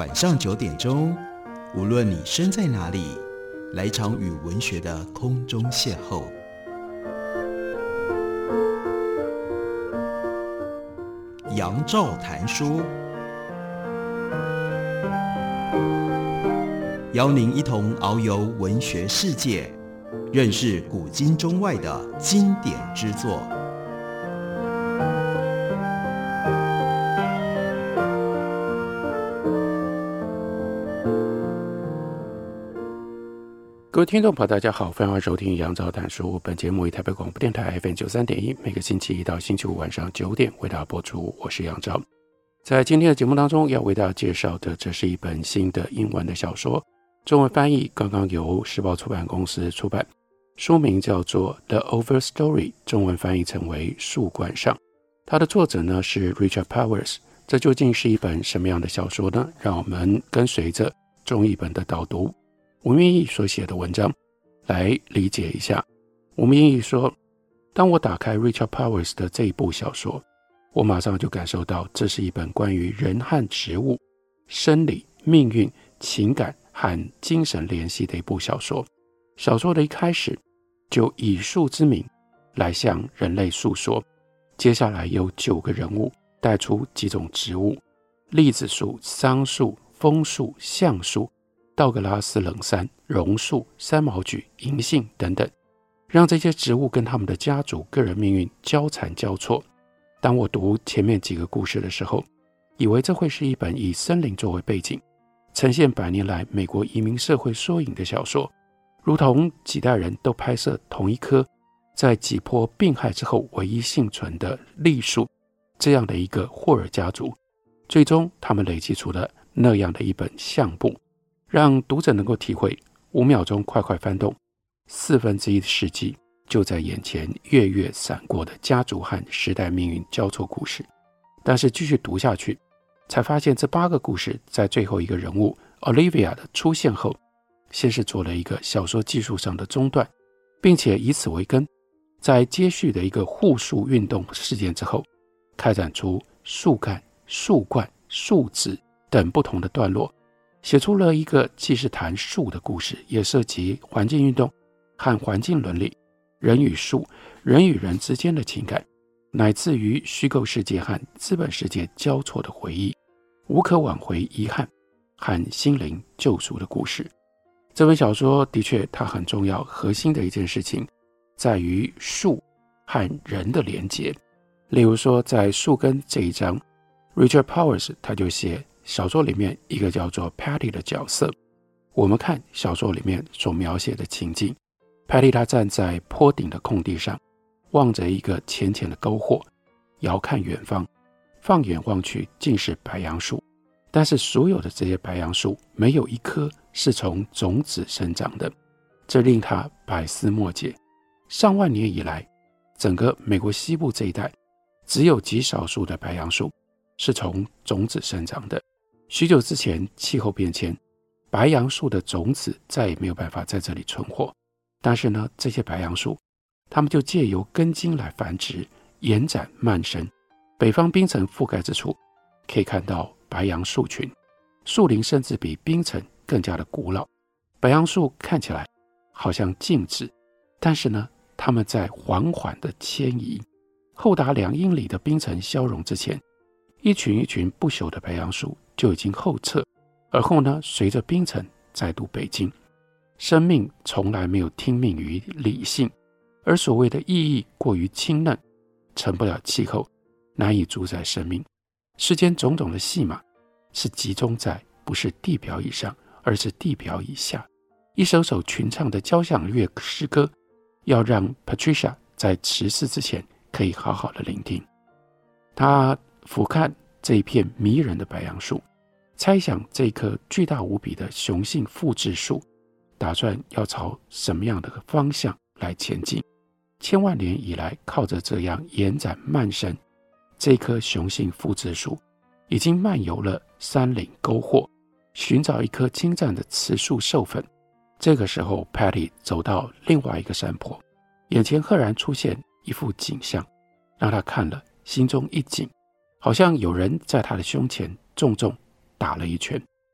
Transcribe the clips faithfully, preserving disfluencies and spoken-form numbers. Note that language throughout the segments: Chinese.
晚上九点钟，无论你身在哪里，来场与文学的空中邂逅。杨照谈书，邀您一同遨游文学世界，认识古今中外的经典之作。 各位听众朋友大家好，欢迎收听杨照谈书。本节目以台北广播电台 F M 九十三点一，每个星期一到星期五晚上九点为大家播出。我是杨照。在今天的节目当中要为大家介绍的，这是一本新的英文的小说，中文翻译刚刚由时报出版公司出版，书名叫做 The Overstory， 中文翻译成为树冠上。它的作者呢是 Richard Powers。 这究竟是一本什么样的小说呢？让我们跟随着中译本的导读吴明益所写的文章来理解一下。吴明益说，当我打开 Richard Powers 的这一部小说，我马上就感受到这是一本关于人和植物、生理、命运、情感和精神联系的一部小说。小说的一开始就以树之名来向人类诉说，接下来有九个人物带出几种植物，栗子树、桑树、枫树、橡树、道格拉斯冷杉、榕树、三毛榉、银杏等等，让这些植物跟他们的家族、个人命运交缠交错。当我读前面几个故事的时候，以为这会是一本以森林作为背景，呈现百年来美国移民社会缩影的小说，如同几代人都拍摄同一棵在几波病害之后唯一幸存的栗树，这样的一个霍尔家族，最终他们累积出了那样的一本相簿，让读者能够体会五秒钟快快翻动，四分之一的世纪就在眼前跃跃闪过的家族和时代命运交错故事。但是继续读下去，才发现这八个故事在最后一个人物 Olivia 的出现后，先是做了一个小说技术上的中断，并且以此为根，在接续的一个护树运动事件之后，开展出树干、树冠、树枝等不同的段落，写出了一个既是谈树的故事，也涉及环境运动和环境伦理、人与树、人与人之间的情感，乃至于虚构世界和资本世界交错的回忆，无可挽回遗憾和心灵救赎的故事。这本小说的确它很重要，核心的一件事情在于树和人的连结。例如说在树根这一章， Richard Powers 他就写小说里面一个叫做 Patty 的角色。我们看小说里面所描写的情境， Patty 他站在坡顶的空地上，望着一个浅浅的沟壑，遥看远方，放眼望去尽是白杨树，但是所有的这些白杨树没有一棵是从种子生长的，这令他百思莫解。上万年以来，整个美国西部这一带只有极少数的白杨树是从种子生长的。许久之前气候变迁，白杨树的种子再也没有办法在这里存活，但是呢，这些白杨树它们就借由根茎来繁殖，延展蔓生。北方冰层覆盖之处可以看到白杨树群，树林甚至比冰层更加的古老。白杨树看起来好像静止，但是呢，它们在缓缓的迁移。厚达两英里的冰层消融之前，一群一群不朽的白杨树就已经后撤，而后呢，随着冰层再度北进。生命从来没有听命于理性，而所谓的意义过于清嫩，成不了气候，难以主宰生命。世间种种的戏码是集中在不是地表以上，而是地表以下。一首首群唱的交响乐诗歌，要让 Patricia 在辞世之前可以好好的聆听。他俯瞰这一片迷人的白杨树，猜想这棵巨大无比的雄性复制树打算要朝什么样的方向来前进。千万年以来，靠着这样延展蔓生，这棵雄性复制树已经漫游了山岭沟壑，寻找一棵精湛的雌树授粉。这个时候 Patty 走到另外一个山坡，眼前赫然出现一幅景象，让他看了心中一紧，好像有人在他的胸前重重打了一拳。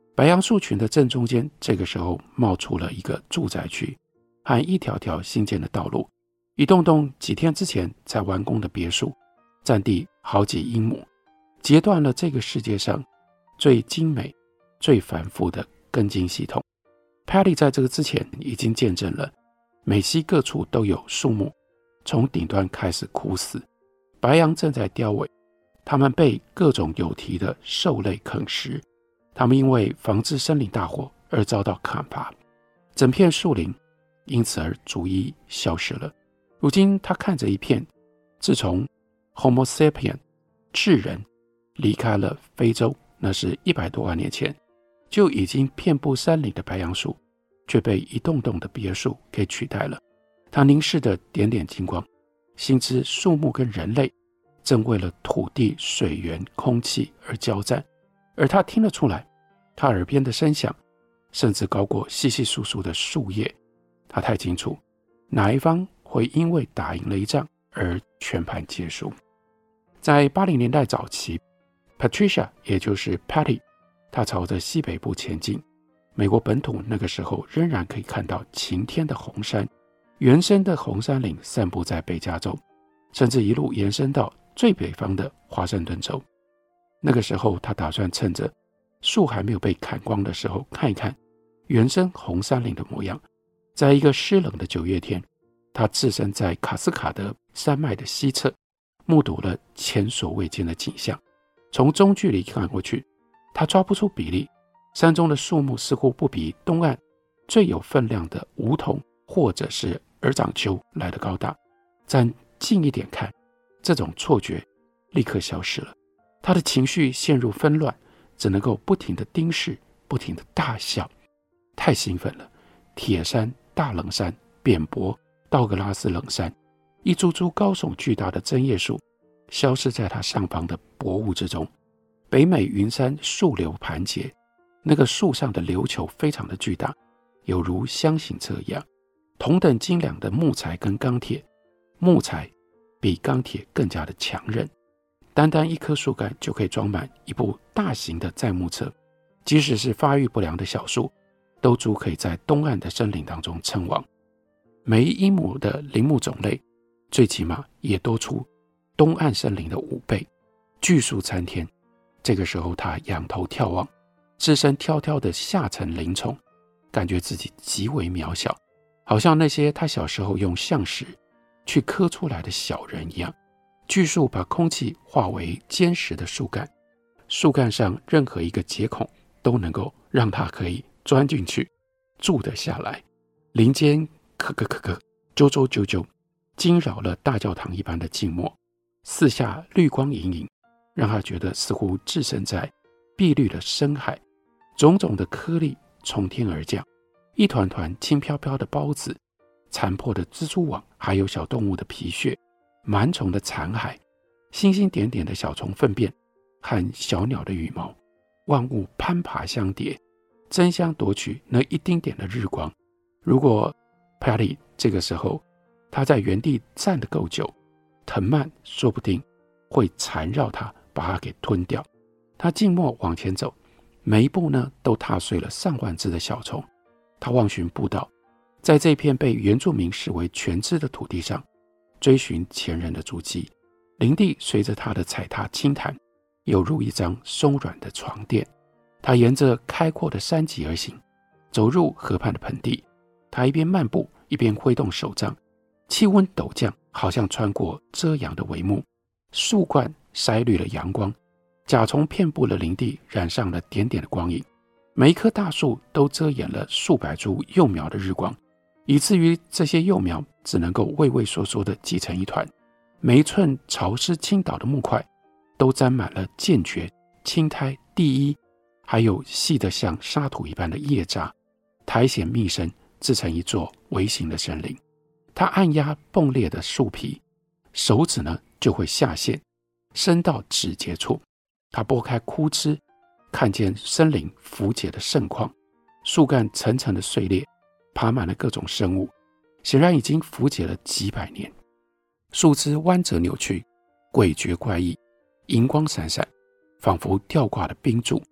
白杨树群的正中间，这个时候冒出了一个住宅区和一条条新建的道路，一栋栋几天之前才完工的别墅，占地好几英亩，截断了这个世界上最精美、最繁复的根茎系统。Patty 在这个之前已经见证了美西各处都有树木从顶端开始枯死，白杨正在凋萎，它们被各种有蹄的兽类啃食，它们因为防治森林大火而遭到砍伐，整片树林因此而逐一消失了。如今他看着一片自从 Homo sapien 智人离开了非洲，那是一百多万年前就已经遍布山林的白杨树，却被一栋栋的别墅给取代了。他凝视着点点金光，心知树木跟人类正为了土地、水源、空气而交战，而他听得出来，他耳边的声响甚至高过稀稀疏疏的树叶。他太清楚哪一方会因为打赢了一仗而全盘皆输。在八零年代早期， Patricia 也就是 Patty， 她朝着西北部前进。美国本土那个时候仍然可以看到晴天的红山，原生的红杉林散布在北加州，甚至一路延伸到最北方的华盛顿州。那个时候他打算趁着树还没有被砍光的时候，看一看原生红杉林的模样。在一个湿冷的九月天，他置身在卡斯卡德山脉的西侧，目睹了前所未见的景象。从中距离看过去，他抓不出比例，山中的树木似乎不比东岸最有分量的梧桐或者是耳长丘来得高大。站近一点看，这种错觉立刻消失了。他的情绪陷入纷乱，只能够不停地盯视，不停地大笑。太兴奋了！铁山、大冷山、扁柏、道格拉斯冷山，一株株高耸巨大的针叶树消失在他上方的薄雾之中。北美云山树流盘结，那个树上的琉球非常的巨大，有如箱型车一样。同等斤两的木材跟钢铁，木材比钢铁更加的强韧，单单一棵树干就可以装满一部大型的载木车，即使是发育不良的小树，都足可以在东岸的森林当中称王。每一英亩的林木种类，最起码也多出东岸森林的五倍，巨树参天。这个时候他仰头眺望，置身挑挑的下层林丛，感觉自己极为渺小，好像那些他小时候用橡石去刻出来的小人一样。巨树把空气化为坚实的树干，树干上任何一个接孔都能够让它可以钻进去，住得下来。林间咳咳咳咳，啾啾啾啾，惊扰了大教堂一般的静默。四下绿光隐隐，让他觉得似乎置身在碧绿的深海。种种的颗粒从天而降，一团团轻飘飘的孢子，残破的蜘蛛网，还有小动物的皮屑，螨虫的残骸，星星点点的小虫粪便和小鸟的羽毛，万物攀爬相叠，争相夺取那一丁点的日光。如果 Patty 这个时候他在原地站得够久，藤蔓说不定会缠绕他，把他给吞掉。他静默往前走，每一步呢都踏碎了上万只的小虫。他望寻步道，在这片被原住民视为全知的土地上追寻前人的足迹。林地随着他的踩踏轻弹，有如一张松软的床垫。他沿着开阔的山脊而行，走入河畔的盆地。他一边漫步一边挥动手杖，气温陡降，好像穿过遮阳的帷幕。树冠筛滤了阳光，甲虫遍布了林地，染上了点点的光影。每一棵大树都遮掩了数百株幼苗的日光，以至于这些幼苗只能够畏畏缩缩地挤成一团。每一寸潮湿倾倒的木块都沾满了剑蕨、青苔、地衣，还有细得像沙土一般的叶渣，苔藓密生，制成一座微型的森林。他按压崩裂的树皮，手指呢就会下陷，伸到指节处。他拨开枯枝，看见森林腐解的盛况，树干层层的碎裂，爬满了各种生物，显然已经腐解了几百年。树枝弯折扭曲，诡谲怪异，银光闪闪，仿佛吊挂的冰柱。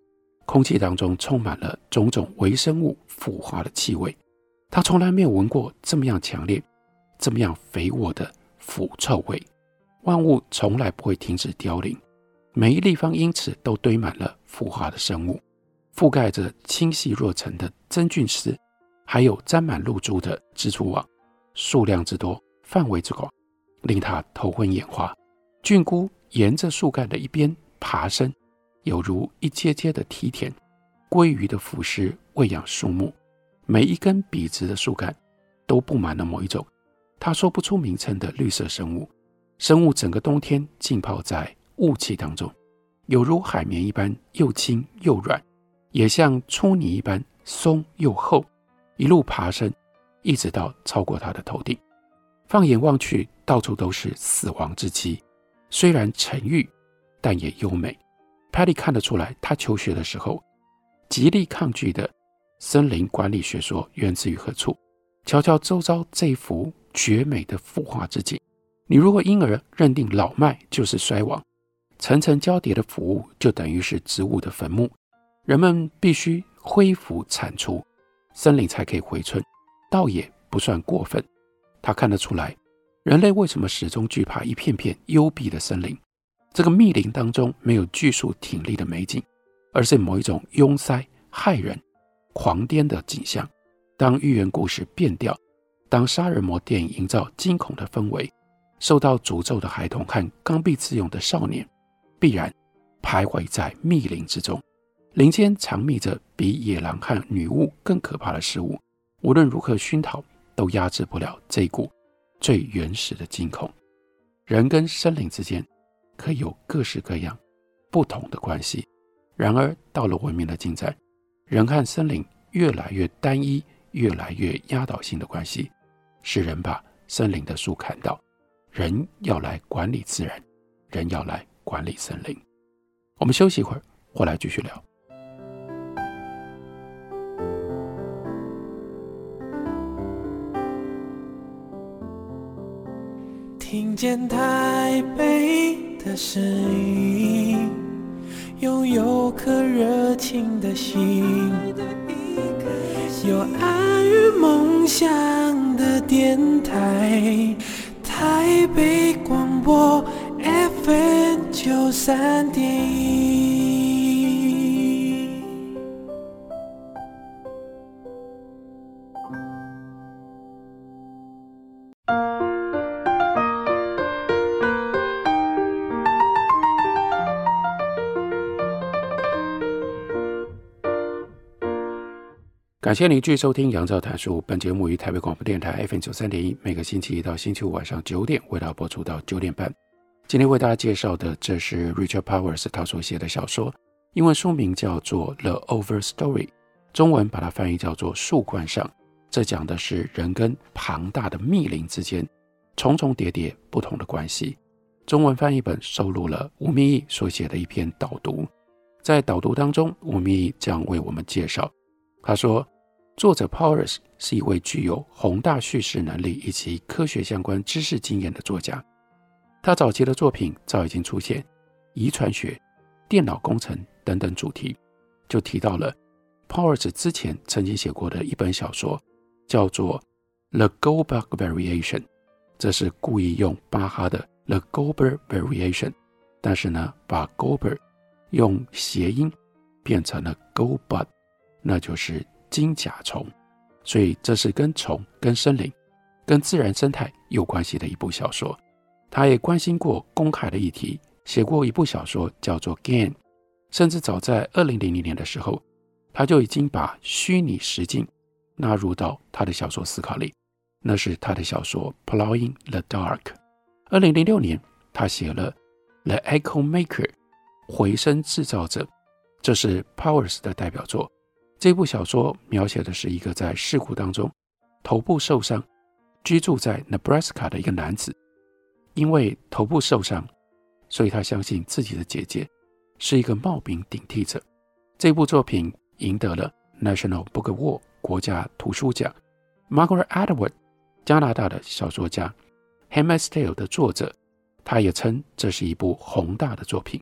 空气当中充满了种种微生物腐化的气味，他从来没有闻过这么样强烈、这么样肥沃的腐臭味。万物从来不会停止凋零，每一立方英尺都堆满了腐化的生物，覆盖着清细若尘的真菌丝，还有沾满露珠的蜘蛛网，数量之多，范围之广，令他头昏眼花。菌菇沿着树干的一边爬升，有如一阶阶的梯田，鲑鱼的腐尸喂养树木，每一根笔直的树干都布满了某一种他说不出名称的绿色生物。生物整个冬天浸泡在雾气当中，有如海绵一般又轻又软，也像粗泥一般松又厚，一路爬升，一直到超过他的头顶。放眼望去，到处都是死亡之气，虽然沉郁，但也优美。Patty 看得出来，他求学的时候极力抗拒的森林管理学说源自于何处。瞧瞧周遭这幅绝美的腐化之景，你如果因而认定老迈就是衰亡，层层交叠的腐物就等于是植物的坟墓，人们必须恢复铲除，森林才可以回春，倒也不算过分。他看得出来，人类为什么始终惧怕一片片幽闭的森林，这个密林当中没有巨树挺立的美景，而是某一种拥塞、害人、狂癫的景象。当寓言故事变调，当杀人魔电影营造惊恐的氛围，受到诅咒的孩童和刚愎自用的少年必然徘徊在密林之中，林间藏匿着比野狼和女巫更可怕的事物，无论如何熏陶都压制不了这一股最原始的惊恐。人跟森林之间可以有各式各样不同的关系，然而到了文明的进展，人和森林越来越单一，越来越压倒性的关系，使人把森林的树砍倒，人要来管理自然，人要来管理森林。我们休息一会儿，回来继续聊。 听见台北的声音，拥有颗热情的心，有爱与梦想的电台，台北广播 F M 九三点一。 感谢您继续收听杨照谈书，本节目于台北广播电台 F M 九三点一，每个星期一到星期五晚上九点为大家播出到九点半。今天为大家介绍的，这是 Richard Powers 他所写的小说，英文书名叫做 The Overstory， 中文把它翻译叫做树冠上。这讲的是人跟庞大的密林之间重重叠叠不同的关系。中文翻译本收录了吴明益所写的一篇导读，在导读当中，吴明益这样为我们介绍，他说，作者 Powers 是一位具有宏大叙事能力以及科学相关知识经验的作家。他早期的作品早已经出现遗传学、电脑工程等等主题，就提到了 Powers 之前曾经写过的一本小说，叫做 The Goldberg Variation， 这是故意用巴哈的 The Goldberg Variation， 但是呢，把 Goldberg 用谐音变成了 Goldbug， 那就是金甲虫，所以这是跟虫、跟森林、跟自然生态有关系的一部小说。他也关心过公海的议题，写过一部小说叫做 Game， 甚至早在二零零零年的时候，他就已经把虚拟实境纳入到他的小说思考里，那是他的小说 Plowing the Dark。 二零零六年他写了 The Echo Maker， 回声制造者，这是 Powers 的代表作。这部小说描写的是一个在事故当中头部受伤，居住在 Nebraska 的一个男子，因为头部受伤，所以他相信自己的姐姐是一个冒名顶替者。这部作品赢得了 National Book Award 国家图书奖。 Margaret Atwood 加拿大的小说家， Handmaid's Tale 的作者，他也称这是一部宏大的作品。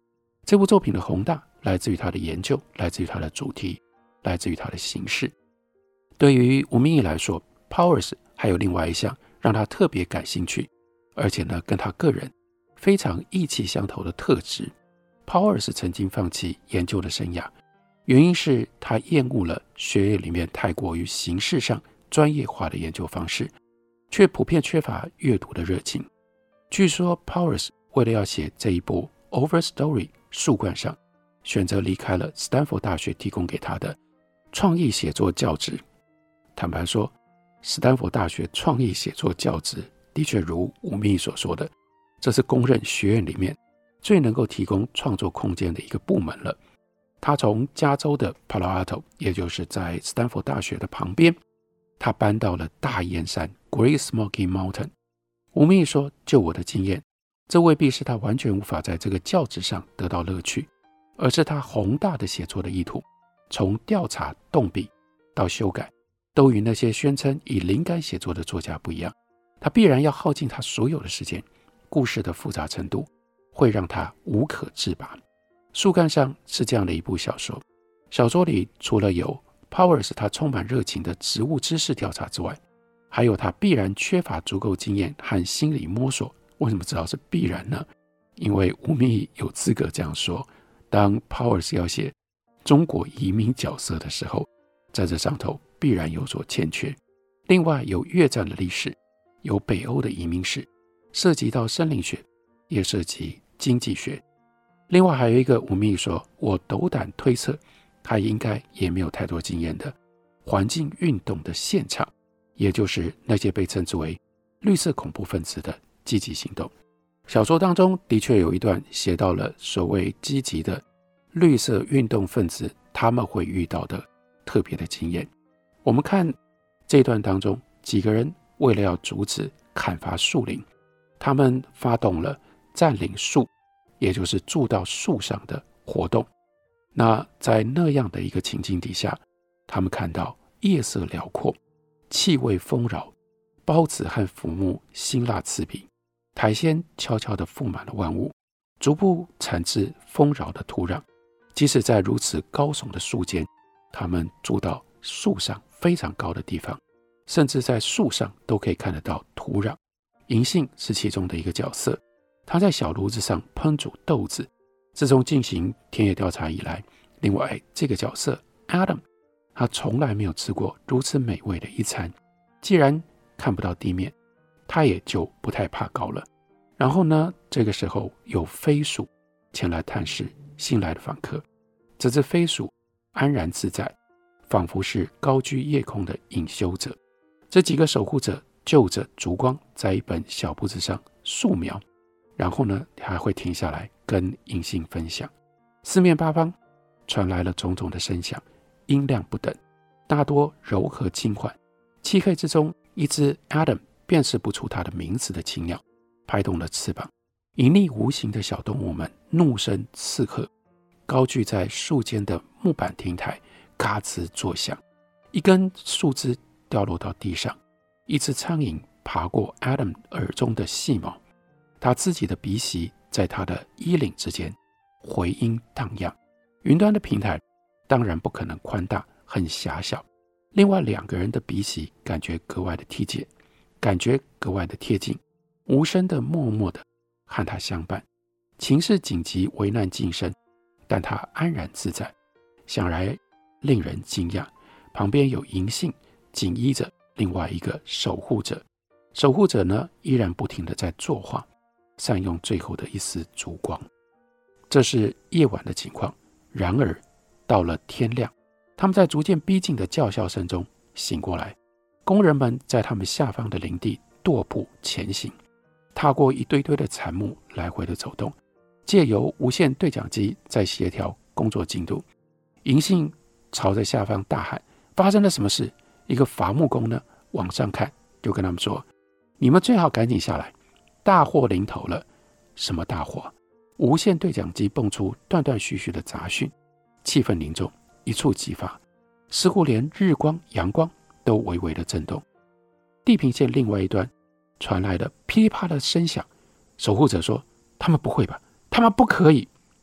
这部作品的宏大来自于它的研究，来自于它的主题，来自于它的形式。对于吴明益来说， Powers 还有另外一项让他特别感兴趣，而且呢跟他个人非常意气相投的特质。 Powers 曾经放弃研究的生涯，原因是他厌恶了学业里面太过于形式上专业化的研究方式，却普遍缺乏阅读的热情。据说 Powers 为了要写这一部 Overstory 树冠上，选择离开了斯坦福大学提供给他的创意写作教职。坦白说，斯坦福大学创意写作教职的确如吴明益所说的，这是公认学院里面最能够提供创作空间的一个部门了。他从加州的 Palo Alto， 也就是在斯坦福大学的旁边，他搬到了大燕山 Great Smoky Mountain。 吴明益说，就我的经验，这未必是他完全无法在这个教职上得到乐趣，而是他宏大的写作的意图，从调查动笔到修改，都与那些宣称以灵感写作的作家不一样。他必然要耗尽他所有的时间，故事的复杂程度会让他无可自拔。树干上是这样的一部小说，小说里除了有 Powers 他充满热情的植物知识调查之外，还有他必然缺乏足够经验和心理摸索。为什么知道是必然呢？因为吴明益有资格这样说，当 Powers 要写中国移民角色的时候，在这上头必然有所欠缺。另外有越战的历史，有北欧的移民史，涉及到森林学，也涉及经济学。另外还有一个吴明益说，我斗胆推测他应该也没有太多经验的环境运动的现场，也就是那些被称之为绿色恐怖分子的积极行动。小说当中的确有一段写到了所谓积极的绿色运动分子他们会遇到的特别的经验。我们看这段当中，几个人为了要阻止砍伐树林，他们发动了占领树，也就是住到树上的活动。那在那样的一个情境底下，他们看到夜色辽阔，气味丰饶，孢子和腐木辛辣刺鼻，苔藓悄悄地覆满了万物，逐步产至丰饶的土壤。即使在如此高耸的树间，他们住到树上非常高的地方，甚至在树上都可以看得到土壤。银杏是其中的一个角色，他在小炉子上烹煮豆子。自从进行田野调查以来，另外这个角色 Adam， 他从来没有吃过如此美味的一餐。既然看不到地面，他也就不太怕高了。然后呢，这个时候有飞鼠前来探视新来的访客。这只飞鼠安然自在，仿佛是高居夜空的隐修者。这几个守护者就着烛光在一本小簿子上素描，然后呢还会停下来跟银杏分享。四面八方传来了种种的声响，音量不等，大多柔和轻缓。漆黑之中，一只 Adam 辨识不出它的名字的青鸟拍动了翅膀，隐匿无形的小动物们怒声刺喝，高踞在树间的木板亭台嘎吱作响，一根树枝掉落到地上，一只苍蝇爬过 Adam 耳中的细毛，他自己的鼻息在他的衣领之间回音荡漾。云端的平台当然不可能宽大，很狭小，另外两个人的鼻息感觉格外的贴近，感觉格外的贴近，无声的默默的和他相伴。情势紧急，危难近身，但他安然自在，想来令人惊讶。旁边有银杏紧依着另外一个守护者，守护者呢依然不停地在作画，善用最后的一丝烛光。这是夜晚的情况。然而到了天亮，他们在逐渐逼近的叫嚣声中醒过来。工人们在他们下方的林地踱步前行，踏过一堆堆的残木，来回的走动，借由无线对讲机在协调工作进度。银杏朝着下方大喊，发生了什么事？一个伐木工呢往上看，就跟他们说，你们最好赶紧下来，大祸临头了。什么大祸？无线对讲机蹦出断断续续的杂讯，气氛凝重，一触即发，似乎连日光阳光都微微的震动。地平线另外一端传来了噼里啪啦的声响。守护者说，他们不会吧，他们不可以。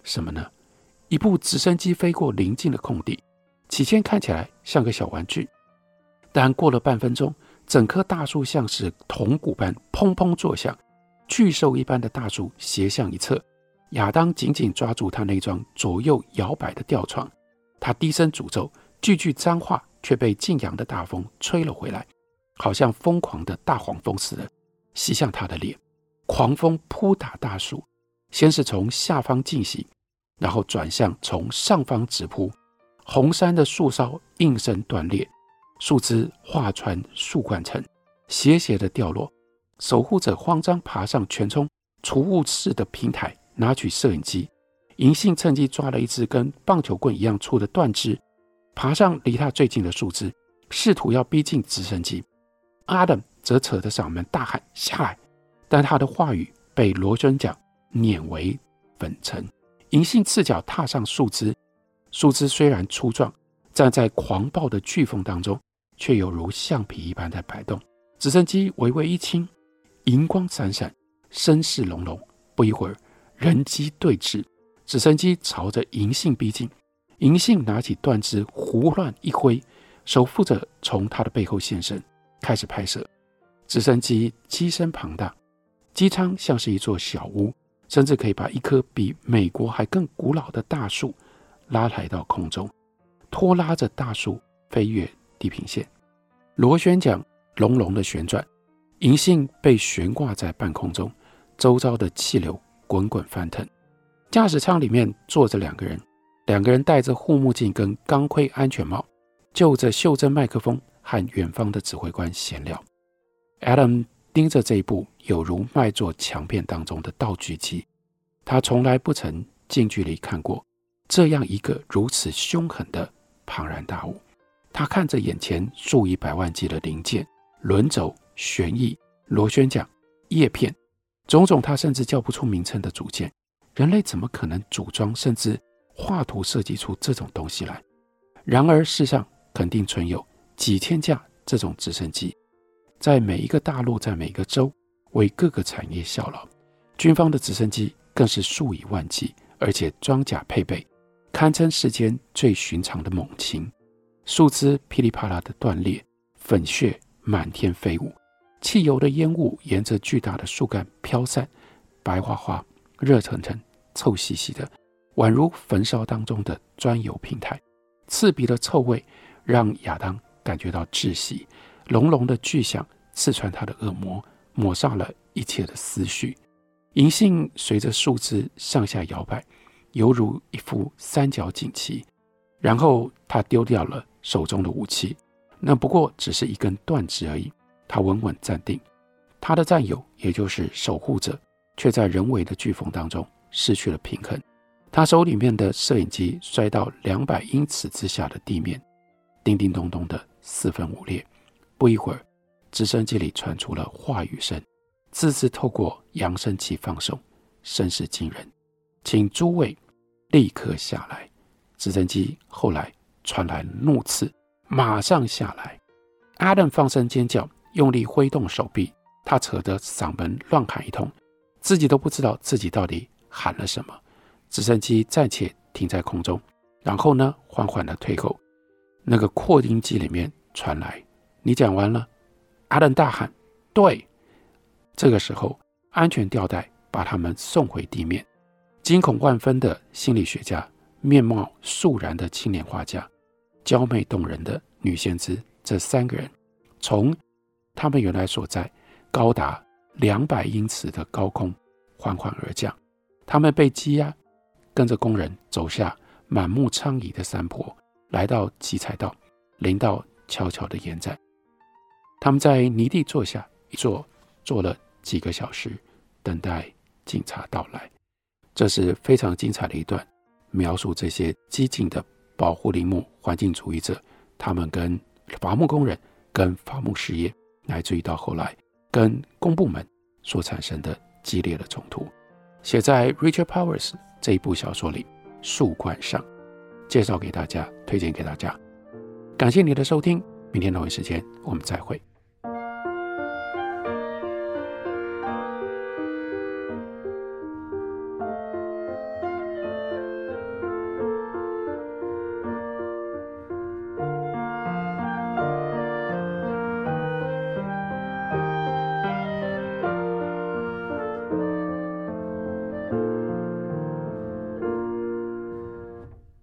什么呢？一部直升机飞过邻近的空地，起先看起来像个小玩具，但过了半分钟，整棵大树像是铜鼓般砰砰作响，巨兽一般的大树斜向一侧，亚当紧紧抓住他那张左右摇摆的吊床，他低声诅咒，句句脏话却被劲扬的大风吹了回来，好像疯狂的大黄蜂似的袭向他的脸。狂风扑打大树，先是从下方进袭，然后转向从上方直扑，红杉的树梢应声断裂，树枝划穿树冠层，斜斜的掉落。守护者慌张爬上全冲储物室的平台，拿取摄影机。银杏趁机抓了一只跟棒球棍一样粗的断枝，爬上离他最近的树枝，试图要逼近直升机。Adam 则扯着嗓门大喊下来，但他的话语被螺旋桨碾为粉尘。银杏赤脚踏上树枝，树枝虽然粗壮，站在狂暴的飓风当中，却有如橡皮一般在摆动。直升机微微一倾，银光闪闪，声势隆隆。不一会儿，人机对峙，直升机朝着银杏逼近。银杏拿起断枝胡乱一挥，守护者从他的背后现身，开始拍摄。直升机机身庞大，机舱像是一座小屋，甚至可以把一棵比美国还更古老的大树拉抬到空中，拖拉着大树飞越地平线。螺旋桨隆隆的旋转，银杏被悬挂在半空中，周遭的气流滚滚翻腾。驾驶舱里面坐着两个人，两个人戴着护目镜跟钢盔安全帽，就着袖珍麦克风和远方的指挥官闲聊。Adam 盯着这一部有如卖座墙片当中的道具机，他从来不曾近距离看过这样一个如此凶狠的庞然大物。他看着眼前数以百万计的零件、轮轴、旋翼、螺旋桨、叶片，种种他甚至叫不出名称的组件。人类怎么可能组装甚至画图设计出这种东西来？然而世上肯定存有几千架这种直升机，在每一个大陆，在每一个州，为各个产业效劳。军方的直升机更是数以万计，而且装甲配备堪称世间最寻常的猛禽。树枝噼里啪啦的断裂，粉屑满天飞舞，汽油的烟雾沿着巨大的树干飘散，白花花、热腾腾、臭兮兮的，宛如焚烧当中的砖油平台。刺鼻的臭味让亚当感觉到窒息，隆隆的巨响刺穿他的耳膜，抹煞了一切的思绪。银杏随着树枝上下摇摆，犹如一副三角锦旗。然后他丢掉了手中的武器，那不过只是一根断枝而已。他稳稳站定，他的战友也就是守护者却在人为的飓风当中失去了平衡。他手里面的摄影机摔到两百英尺之下的地面，叮叮咚咚的四分五裂。不一会儿，直升机里传出了话语声，字字透过扬声器放送，声势惊人，请诸位立刻下来。直升机后来传来怒斥，马上下来。Adam 放声尖叫，用力挥动手臂，他扯得嗓门乱喊一通，自己都不知道自己到底喊了什么。直升机暂且停在空中，然后呢缓缓的退后。那个扩音机里面传来，你讲完了？ Adam 大喊，对。这个时候安全吊带把他们送回地面。惊恐万分的心理学家，面貌肃然的青年画家，娇媚动人的女先知，这三个人从他们原来所在高达两百英尺的高空缓缓而降。他们被羁押，跟着工人走下满目苍夷的山坡，来到集采道，临到悄悄的延展。他们在泥地坐下，一坐坐了几个小时，等待警察到来。这是非常精彩的一段，描述这些激进的保护林木环境主义者，他们跟伐木工人、跟伐木事业，乃至于到后来跟公部门所产生的激烈的冲突。写在 Richard Powers 这一部小说里，树冠上，介绍给大家，推荐给大家。感谢你的收听，明天同一时间我们再会。